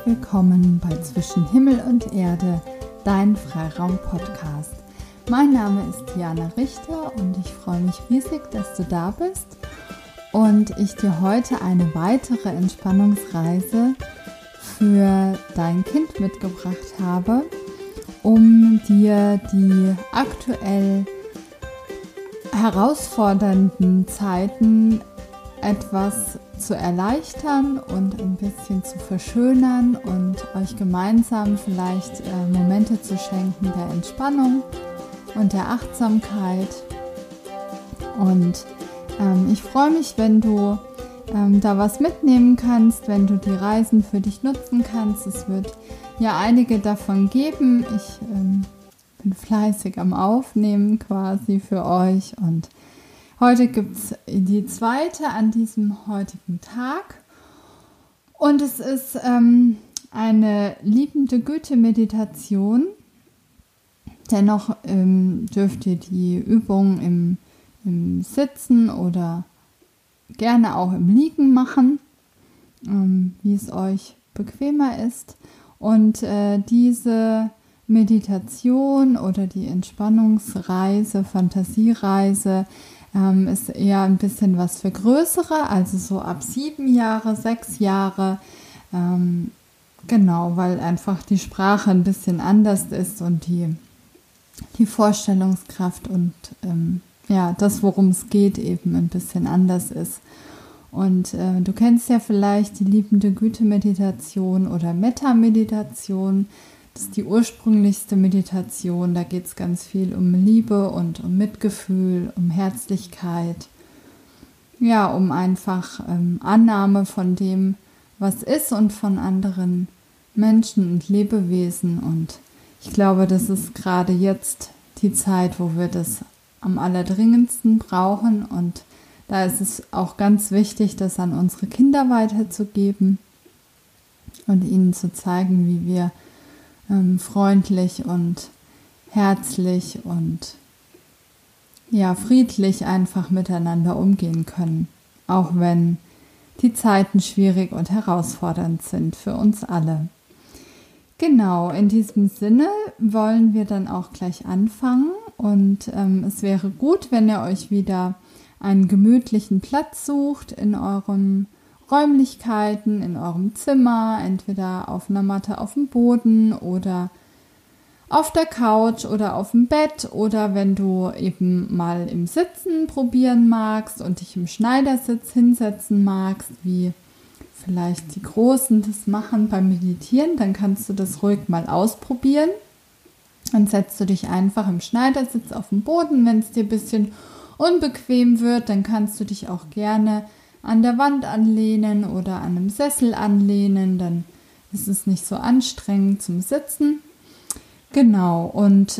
willkommen bei Zwischen Himmel und Erde, dein Freiraum-Podcast. Mein Name ist Diana Richter und ich freue mich riesig, dass du da bist und ich dir heute eine weitere Entspannungsreise für dein Kind mitgebracht habe, um dir die aktuell herausfordernden Zeiten etwas zu erleichtern und ein bisschen zu verschönern und euch gemeinsam vielleicht Momente zu schenken der Entspannung und der Achtsamkeit. Und ich freue mich, wenn du da was mitnehmen kannst, wenn du die Reisen für dich nutzen kannst. Es wird ja einige davon geben. Ich bin fleißig am Aufnehmen quasi für euch und heute gibt es die zweite an diesem heutigen Tag und es ist eine liebende Güte-Meditation. Dennoch dürft ihr die Übung im Sitzen oder gerne auch im Liegen machen, wie es euch bequemer ist. Und diese Meditation oder die Entspannungsreise, Fantasiereise ist eher ein bisschen was für Größere, also so ab 7 Jahre, 6 Jahre, genau, weil einfach die Sprache ein bisschen anders ist und die Vorstellungskraft und das, worum es geht, eben ein bisschen anders ist. Und du kennst ja vielleicht die liebende Güte-Meditation oder Metta-Meditation. Das ist die ursprünglichste Meditation, da geht es ganz viel um Liebe und um Mitgefühl, um Herzlichkeit, ja, um einfach Annahme von dem, was ist und von anderen Menschen und Lebewesen. Und ich glaube, das ist gerade jetzt die Zeit, wo wir das am allerdringendsten brauchen. Und da ist es auch ganz wichtig, das an unsere Kinder weiterzugeben und ihnen zu zeigen, wie wir freundlich und herzlich und ja, friedlich einfach miteinander umgehen können, auch wenn die Zeiten schwierig und herausfordernd sind für uns alle. Genau, in diesem Sinne wollen wir dann auch gleich anfangen und es wäre gut, wenn ihr euch wieder einen gemütlichen Platz sucht in euren Räumlichkeiten, in eurem Zimmer, entweder auf einer Matte auf dem Boden oder auf der Couch oder auf dem Bett, oder wenn du eben mal im Sitzen probieren magst und dich im Schneidersitz hinsetzen magst, wie vielleicht die Großen das machen beim Meditieren, dann kannst du das ruhig mal ausprobieren. Dann setzt du dich einfach im Schneidersitz auf den Boden. Wenn es dir ein bisschen unbequem wird, dann kannst du dich auch gerne an der Wand anlehnen oder an einem Sessel anlehnen, dann ist es nicht so anstrengend zum Sitzen. Genau, und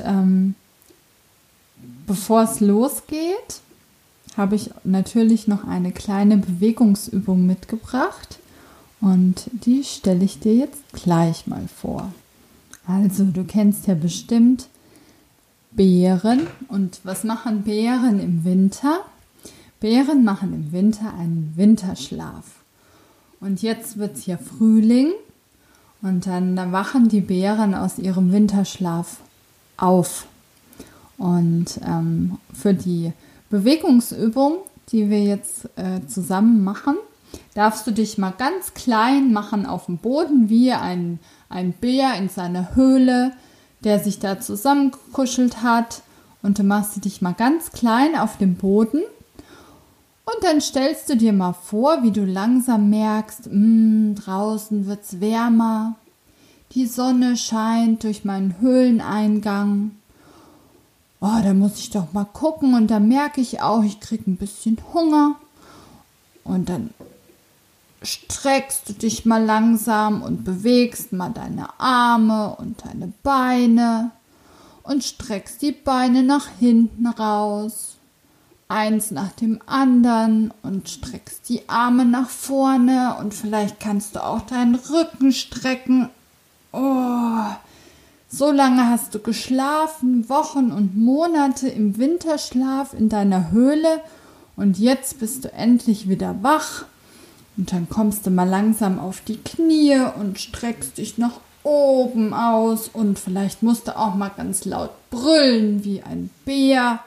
bevor es losgeht, habe ich natürlich noch eine kleine Bewegungsübung mitgebracht und die stelle ich dir jetzt gleich mal vor. Also, du kennst ja bestimmt Bären. Und was machen Bären im Winter? Bären machen im Winter einen Winterschlaf. Und jetzt wird es ja Frühling und dann wachen die Bären aus ihrem Winterschlaf auf. Und für die Bewegungsübung, die wir jetzt zusammen machen, darfst du dich mal ganz klein machen auf dem Boden, wie ein Bär in seiner Höhle, der sich da zusammengekuschelt hat. Und du machst dich mal ganz klein auf dem Boden. Und dann stellst du dir mal vor, wie du langsam merkst, draußen wird's wärmer, die Sonne scheint durch meinen Höhleneingang. Oh, da muss ich doch mal gucken und da merke ich auch, ich kriege ein bisschen Hunger. Und dann streckst du dich mal langsam und bewegst mal deine Arme und deine Beine und streckst die Beine nach hinten raus. Eins nach dem anderen und streckst die Arme nach vorne und vielleicht kannst du auch deinen Rücken strecken. Oh, so lange hast du geschlafen, Wochen und Monate im Winterschlaf in deiner Höhle und jetzt bist du endlich wieder wach Und dann kommst du mal langsam auf die Knie und streckst dich nach oben aus und vielleicht musst du auch mal ganz laut brüllen wie ein Bär.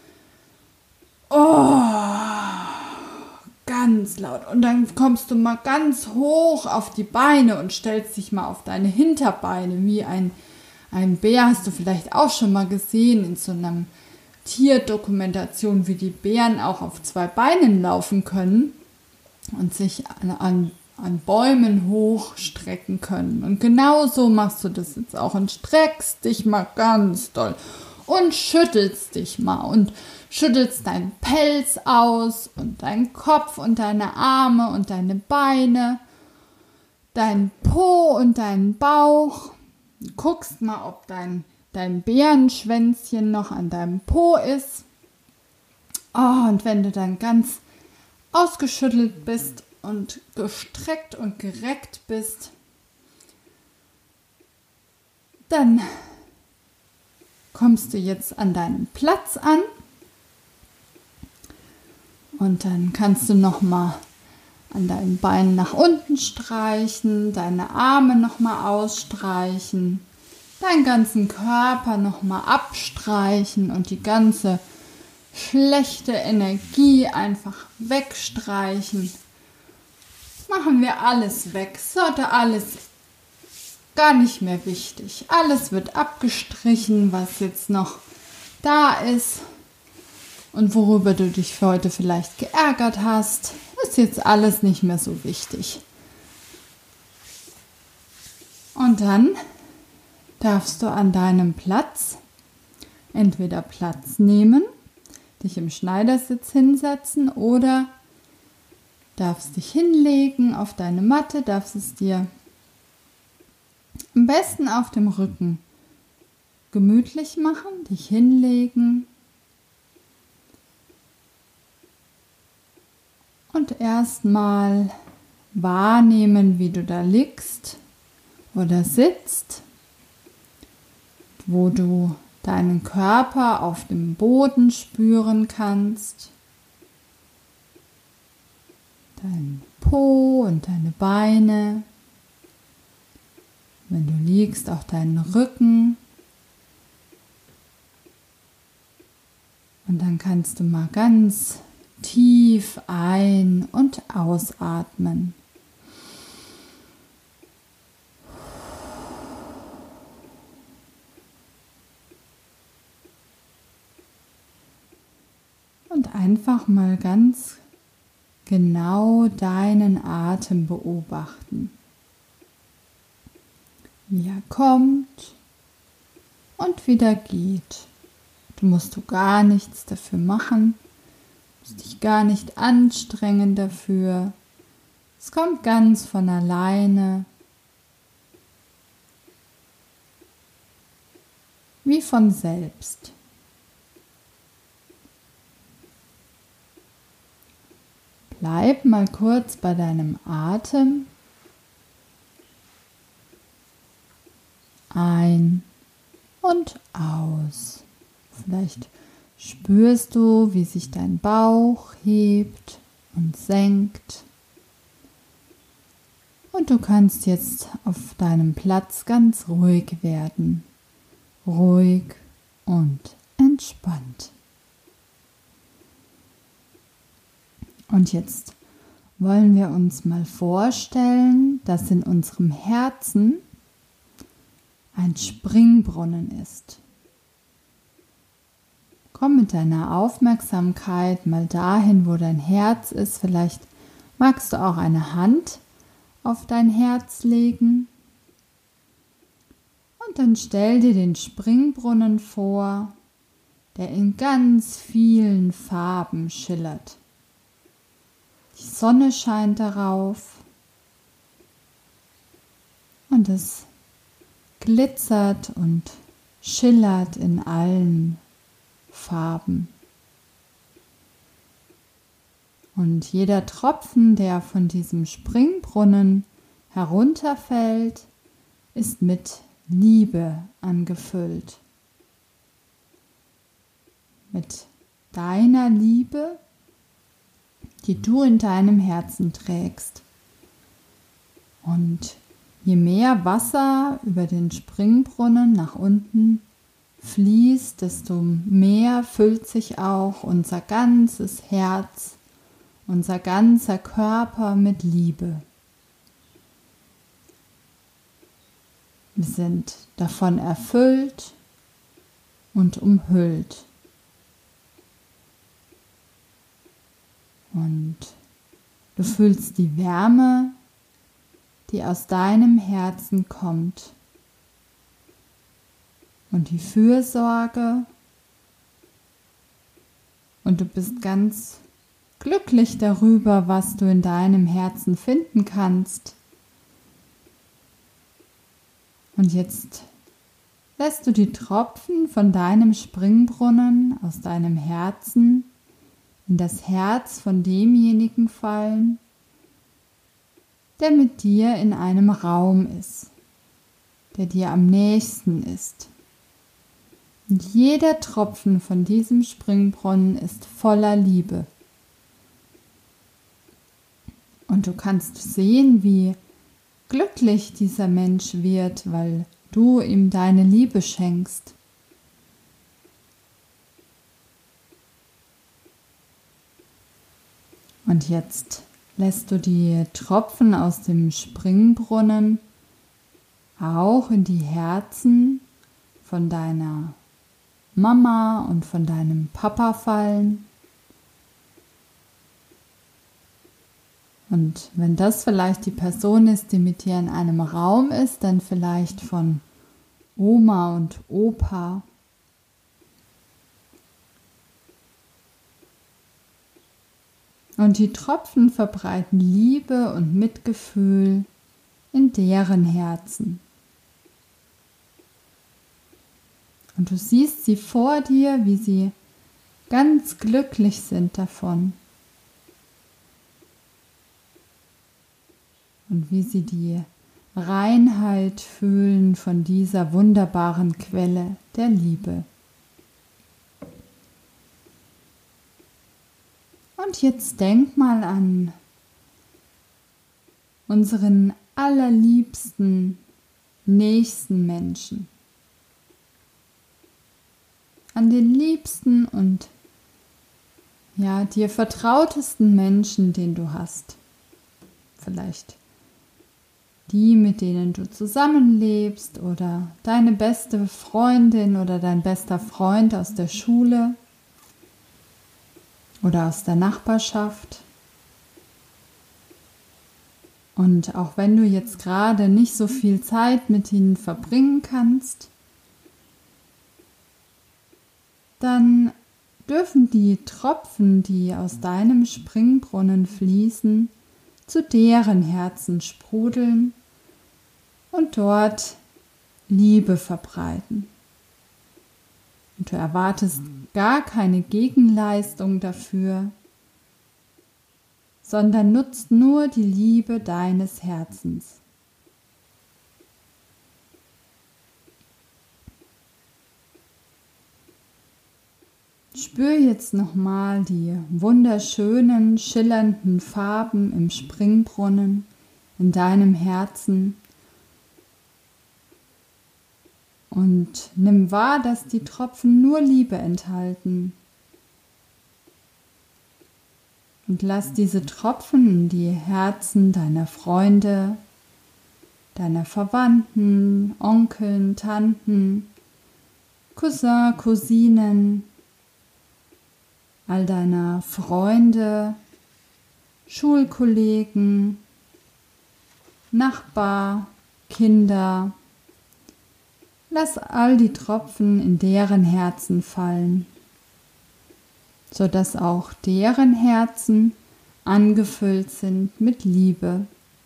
Oh, ganz laut. Und dann kommst du mal ganz hoch auf die Beine und stellst dich mal auf deine Hinterbeine wie ein Bär. Hast du vielleicht auch schon mal gesehen in so einer Tierdokumentation, wie die Bären auch auf 2 Beinen laufen können und sich an Bäumen hochstrecken können. Und genau so machst du das jetzt auch und streckst dich mal ganz doll und schüttelst dich mal und schüttelst deinen Pelz aus und deinen Kopf und deine Arme und deine Beine, deinen Po und deinen Bauch. Guckst mal, ob dein Bärenschwänzchen noch an deinem Po ist. Oh, und wenn du dann ganz ausgeschüttelt bist und gestreckt und gereckt bist, dann kommst du jetzt an deinen Platz an und dann kannst du noch mal an deinen Beinen nach unten streichen, deine Arme noch mal ausstreichen, deinen ganzen Körper noch mal abstreichen und die ganze schlechte Energie einfach wegstreichen. Machen wir alles weg, sollte alles gar nicht mehr wichtig. Alles wird abgestrichen, was jetzt noch da ist und worüber du dich für heute vielleicht geärgert hast, ist jetzt alles nicht mehr so wichtig. Und dann darfst du an deinem Platz entweder Platz nehmen, dich im Schneidersitz hinsetzen oder darfst dich hinlegen auf deine Matte, darfst es dir am besten auf dem Rücken gemütlich machen, dich hinlegen und erstmal wahrnehmen, wie du da liegst oder sitzt, wo du deinen Körper auf dem Boden spüren kannst, dein Po und deine Beine, wenn du liegst, auch deinen Rücken. Und dann kannst du mal ganz tief ein- und ausatmen. Und einfach mal ganz genau deinen Atem beobachten. Wie er kommt und wieder geht. Du musst gar nichts dafür machen, musst dich gar nicht anstrengen dafür. Es kommt ganz von alleine, wie von selbst. Bleib mal kurz bei deinem Atem. Ein und aus. Vielleicht spürst du, wie sich dein Bauch hebt und senkt. Und du kannst jetzt auf deinem Platz ganz ruhig werden. Ruhig und entspannt. Und jetzt wollen wir uns mal vorstellen, dass in unserem Herzen ein Springbrunnen ist. Komm mit deiner Aufmerksamkeit mal dahin, wo dein Herz ist. Vielleicht magst du auch eine Hand auf dein Herz legen. Und dann stell dir den Springbrunnen vor, der in ganz vielen Farben schillert. Die Sonne scheint darauf und es glitzert und schillert in allen Farben. Und jeder Tropfen, der von diesem Springbrunnen herunterfällt, ist mit Liebe angefüllt. Mit deiner Liebe, die du in deinem Herzen trägst. Und je mehr Wasser über den Springbrunnen nach unten fließt, desto mehr füllt sich auch unser ganzes Herz, unser ganzer Körper mit Liebe. Wir sind davon erfüllt und umhüllt. Und du fühlst die Wärme, die aus deinem Herzen kommt. Und die Fürsorge. Und du bist ganz glücklich darüber, was du in deinem Herzen finden kannst. Und jetzt lässt du die Tropfen von deinem Springbrunnen aus deinem Herzen in das Herz von demjenigen fallen, der mit dir in einem Raum ist, der dir am nächsten ist. Und jeder Tropfen von diesem Springbrunnen ist voller Liebe. Und du kannst sehen, wie glücklich dieser Mensch wird, weil du ihm deine Liebe schenkst. Und jetzt lässt du die Tropfen aus dem Springbrunnen auch in die Herzen von deiner Mama und von deinem Papa fallen. Und wenn das vielleicht die Person ist, die mit dir in einem Raum ist, dann vielleicht von Oma und Opa. Und die Tropfen verbreiten Liebe und Mitgefühl in deren Herzen. Und du siehst sie vor dir, wie sie ganz glücklich sind davon. Und wie sie die Reinheit fühlen von dieser wunderbaren Quelle der Liebe. Und jetzt denk mal an unseren allerliebsten, nächsten Menschen. An den liebsten und dir vertrautesten Menschen, den du hast. Vielleicht die, mit denen du zusammenlebst oder deine beste Freundin oder dein bester Freund aus der Schule oder aus der Nachbarschaft. Und auch wenn du jetzt gerade nicht so viel Zeit mit ihnen verbringen kannst, dann dürfen die Tropfen, die aus deinem Springbrunnen fließen, zu deren Herzen sprudeln und dort Liebe verbreiten. Und du erwartest gar keine Gegenleistung dafür, sondern nutzt nur die Liebe deines Herzens. Spür jetzt nochmal die wunderschönen, schillernden Farben im Springbrunnen in deinem Herzen und nimm wahr, dass die Tropfen nur Liebe enthalten. Und lass diese Tropfen in die Herzen deiner Freunde, deiner Verwandten, Onkeln, Tanten, Cousin, Cousinen, all deiner Freunde, Schulkollegen, Nachbar, Kinder. Lass all die Tropfen in deren Herzen fallen, sodass auch deren Herzen angefüllt sind mit Liebe.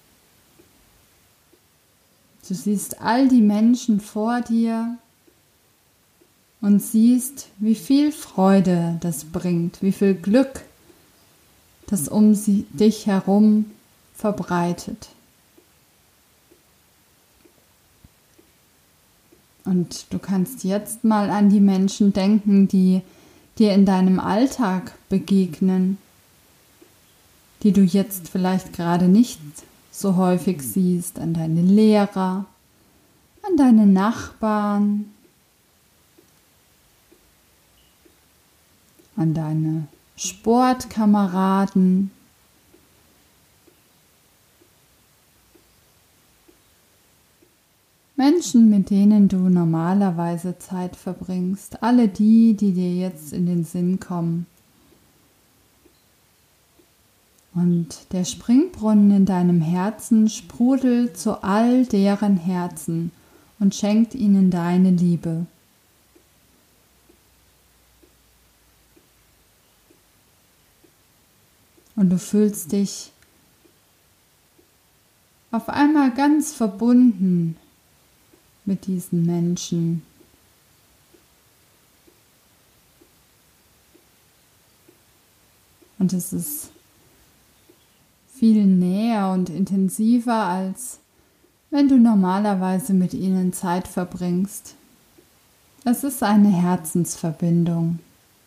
Du siehst all die Menschen vor dir und siehst, wie viel Freude das bringt, wie viel Glück das dich herum verbreitet. Und du kannst jetzt mal an die Menschen denken, die dir in deinem Alltag begegnen. die du jetzt vielleicht gerade nicht so häufig siehst, an deine Lehrer, an deine Nachbarn, an deine Sportkameraden. Menschen, mit denen du normalerweise Zeit verbringst, alle die, die dir jetzt in den Sinn kommen. Und der Springbrunnen in deinem Herzen sprudelt zu all deren Herzen und schenkt ihnen deine Liebe. Und du fühlst dich auf einmal ganz verbunden mit diesen Menschen. Und es ist viel näher und intensiver, als wenn du normalerweise mit ihnen Zeit verbringst. Es ist eine Herzensverbindung.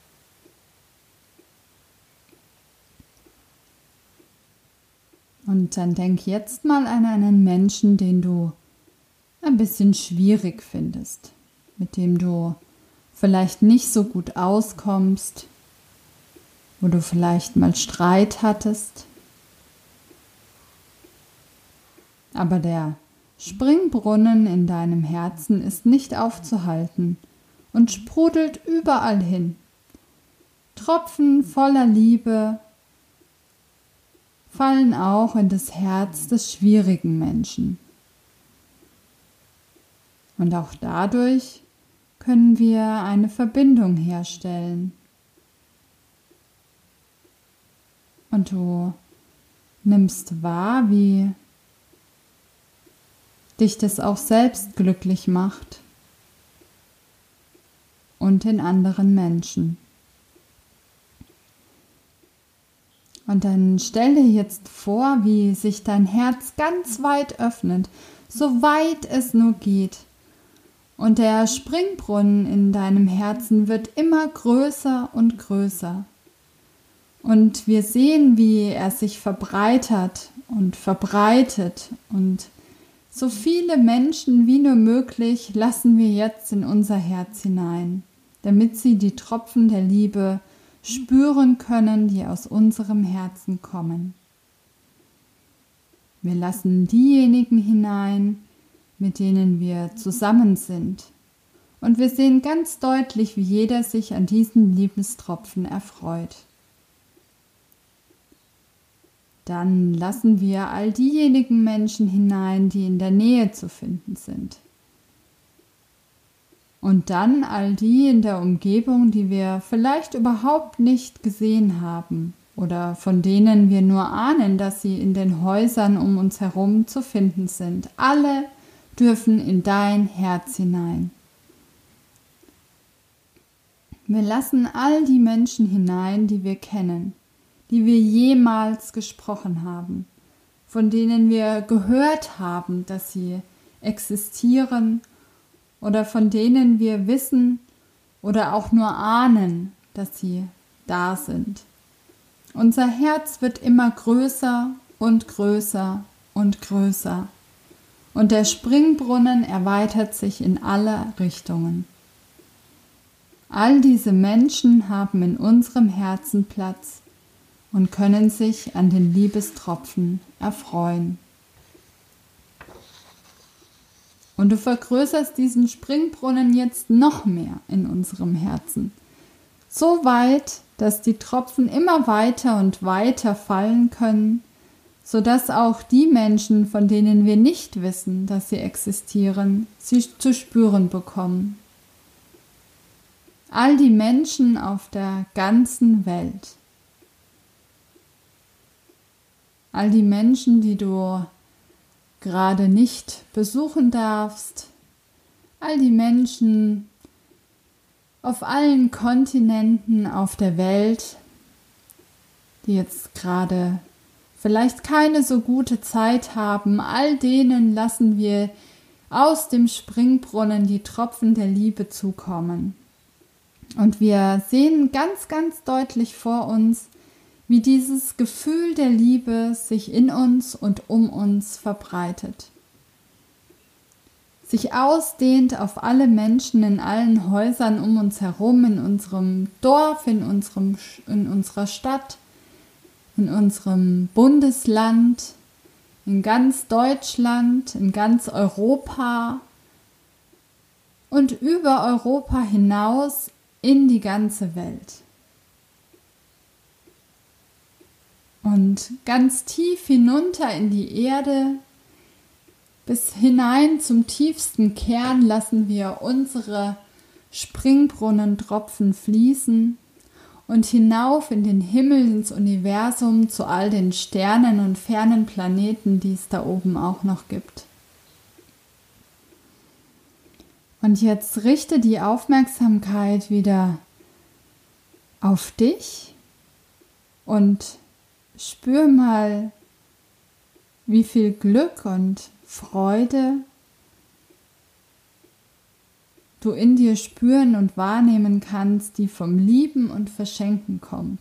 Und dann denk jetzt mal an einen Menschen, den du ein bisschen schwierig findest, mit dem du vielleicht nicht so gut auskommst, wo du vielleicht mal Streit hattest. Aber der Springbrunnen in deinem Herzen ist nicht aufzuhalten und sprudelt überall hin. Tropfen voller Liebe fallen auch in das Herz des schwierigen Menschen. Und auch dadurch können wir eine Verbindung herstellen. Und du nimmst wahr, wie dich das auch selbst glücklich macht und in anderen Menschen. Und dann stell dir jetzt vor, wie sich dein Herz ganz weit öffnet, so weit es nur geht. Und der Springbrunnen in deinem Herzen wird immer größer und größer. Und wir sehen, wie er sich verbreitert und so viele Menschen wie nur möglich lassen wir jetzt in unser Herz hinein, damit sie die Tropfen der Liebe spüren können, die aus unserem Herzen kommen. Wir lassen diejenigen hinein, mit denen wir zusammen sind. Und wir sehen ganz deutlich, wie jeder sich an diesen Liebestropfen erfreut. Dann lassen wir all diejenigen Menschen hinein, die in der Nähe zu finden sind. Und dann all die in der Umgebung, die wir vielleicht überhaupt nicht gesehen haben oder von denen wir nur ahnen, dass sie in den Häusern um uns herum zu finden sind. Alle dürfen in dein Herz hinein. Wir lassen all die Menschen hinein, die wir kennen, die wir jemals gesprochen haben, von denen wir gehört haben, dass sie existieren oder von denen wir wissen oder auch nur ahnen, dass sie da sind. Unser Herz wird immer größer und größer und größer und der Springbrunnen erweitert sich in alle Richtungen. All diese Menschen haben in unserem Herzen Platz und können sich an den Liebestropfen erfreuen. Und du vergrößerst diesen Springbrunnen jetzt noch mehr in unserem Herzen. So weit, dass die Tropfen immer weiter und weiter fallen können, sodass auch die Menschen, von denen wir nicht wissen, dass sie existieren, sie zu spüren bekommen. All die Menschen auf der ganzen Welt. All die Menschen, die du gerade nicht besuchen darfst, all die Menschen auf allen Kontinenten auf der Welt, die jetzt gerade vielleicht keine so gute Zeit haben, all denen lassen wir aus dem Springbrunnen die Tropfen der Liebe zukommen. Und wir sehen ganz, ganz deutlich vor uns, wie dieses Gefühl der Liebe sich in uns und um uns verbreitet, sich ausdehnt auf alle Menschen in allen Häusern um uns herum, in unserem Dorf, in unserer Stadt, in unserem Bundesland, in ganz Deutschland, in ganz Europa und über Europa hinaus in die ganze Welt. Und ganz tief hinunter in die Erde, bis hinein zum tiefsten Kern lassen wir unsere Springbrunnentropfen fließen und hinauf in den Himmel, ins Universum, zu all den Sternen und fernen Planeten, die es da oben auch noch gibt. Und jetzt richte die Aufmerksamkeit wieder auf dich und spür mal, wie viel Glück und Freude du in dir spüren und wahrnehmen kannst, die vom Lieben und Verschenken kommt.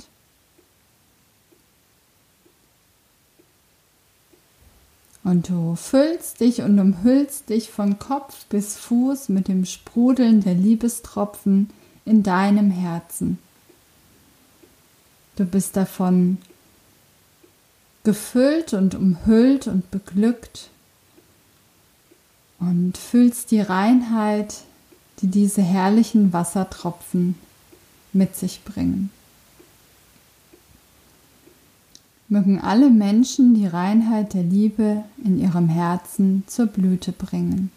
Und du füllst dich und umhüllst dich von Kopf bis Fuß mit dem Sprudeln der Liebestropfen in deinem Herzen. Du bist davon gefüllt und umhüllt und beglückt und fühlst die Reinheit, die diese herrlichen Wassertropfen mit sich bringen. Mögen alle Menschen die Reinheit der Liebe in ihrem Herzen zur Blüte bringen.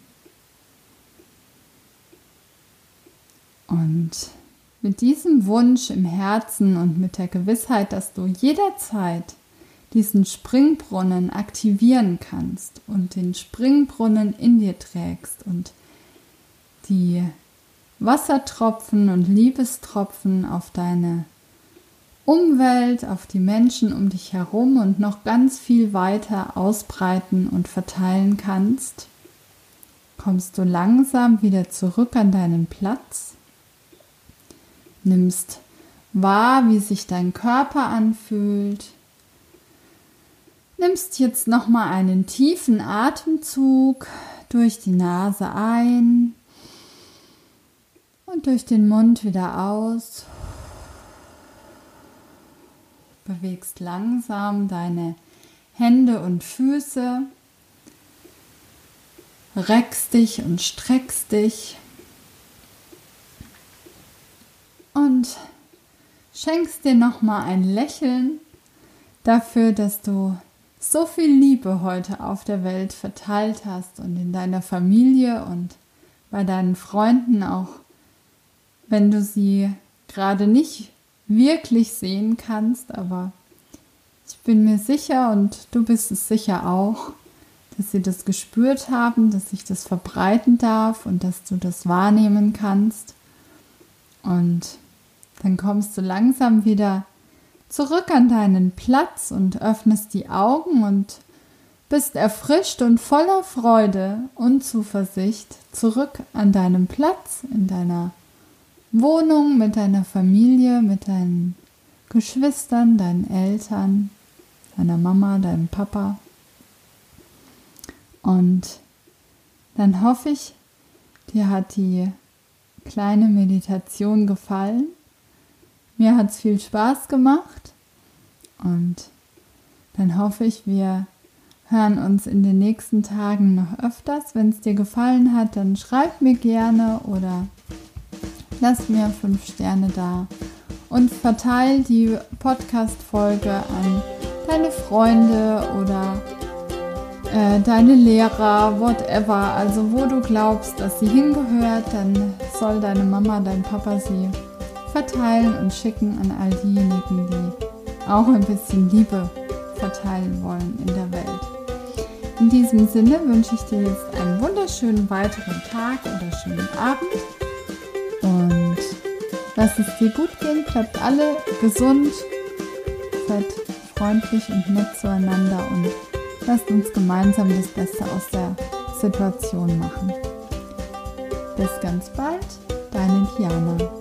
Und mit diesem Wunsch im Herzen und mit der Gewissheit, dass du jederzeit diesen Springbrunnen aktivieren kannst und den Springbrunnen in dir trägst und die Wassertropfen und Liebestropfen auf deine Umwelt, auf die Menschen um dich herum und noch ganz viel weiter ausbreiten und verteilen kannst, kommst du langsam wieder zurück an deinen Platz, nimmst wahr, wie sich dein Körper anfühlt, nimmst jetzt nochmal einen tiefen Atemzug durch die Nase ein und durch den Mund wieder aus. Bewegst langsam deine Hände und Füße, reckst dich und streckst dich und schenkst dir nochmal ein Lächeln dafür, dass du so viel Liebe heute auf der Welt verteilt hast und in deiner Familie und bei deinen Freunden, auch wenn du sie gerade nicht wirklich sehen kannst, aber ich bin mir sicher und du bist es sicher auch, dass sie das gespürt haben, dass sich das verbreiten darf und dass du das wahrnehmen kannst. Und dann kommst du langsam wieder zurück an deinen Platz und öffnest die Augen und bist erfrischt und voller Freude und Zuversicht zurück an deinem Platz, in deiner Wohnung, mit deiner Familie, mit deinen Geschwistern, deinen Eltern, deiner Mama, deinem Papa. Und dann hoffe ich, dir hat die kleine Meditation gefallen. Mir hat es viel Spaß gemacht und dann hoffe ich, wir hören uns in den nächsten Tagen noch öfters. Wenn es dir gefallen hat, dann schreib mir gerne oder lass mir 5 Sterne da und verteile die Podcast-Folge an deine Freunde oder deine Lehrer, whatever. Also wo du glaubst, dass sie hingehört, dann soll deine Mama, dein Papa sie verteilen und schicken an all diejenigen, die auch ein bisschen Liebe verteilen wollen in der Welt. In diesem Sinne wünsche ich dir jetzt einen wunderschönen weiteren Tag oder schönen Abend und lass es dir gut gehen, bleibt alle gesund, seid freundlich und nett zueinander und lasst uns gemeinsam das Beste aus der Situation machen. Bis ganz bald, deine Diana.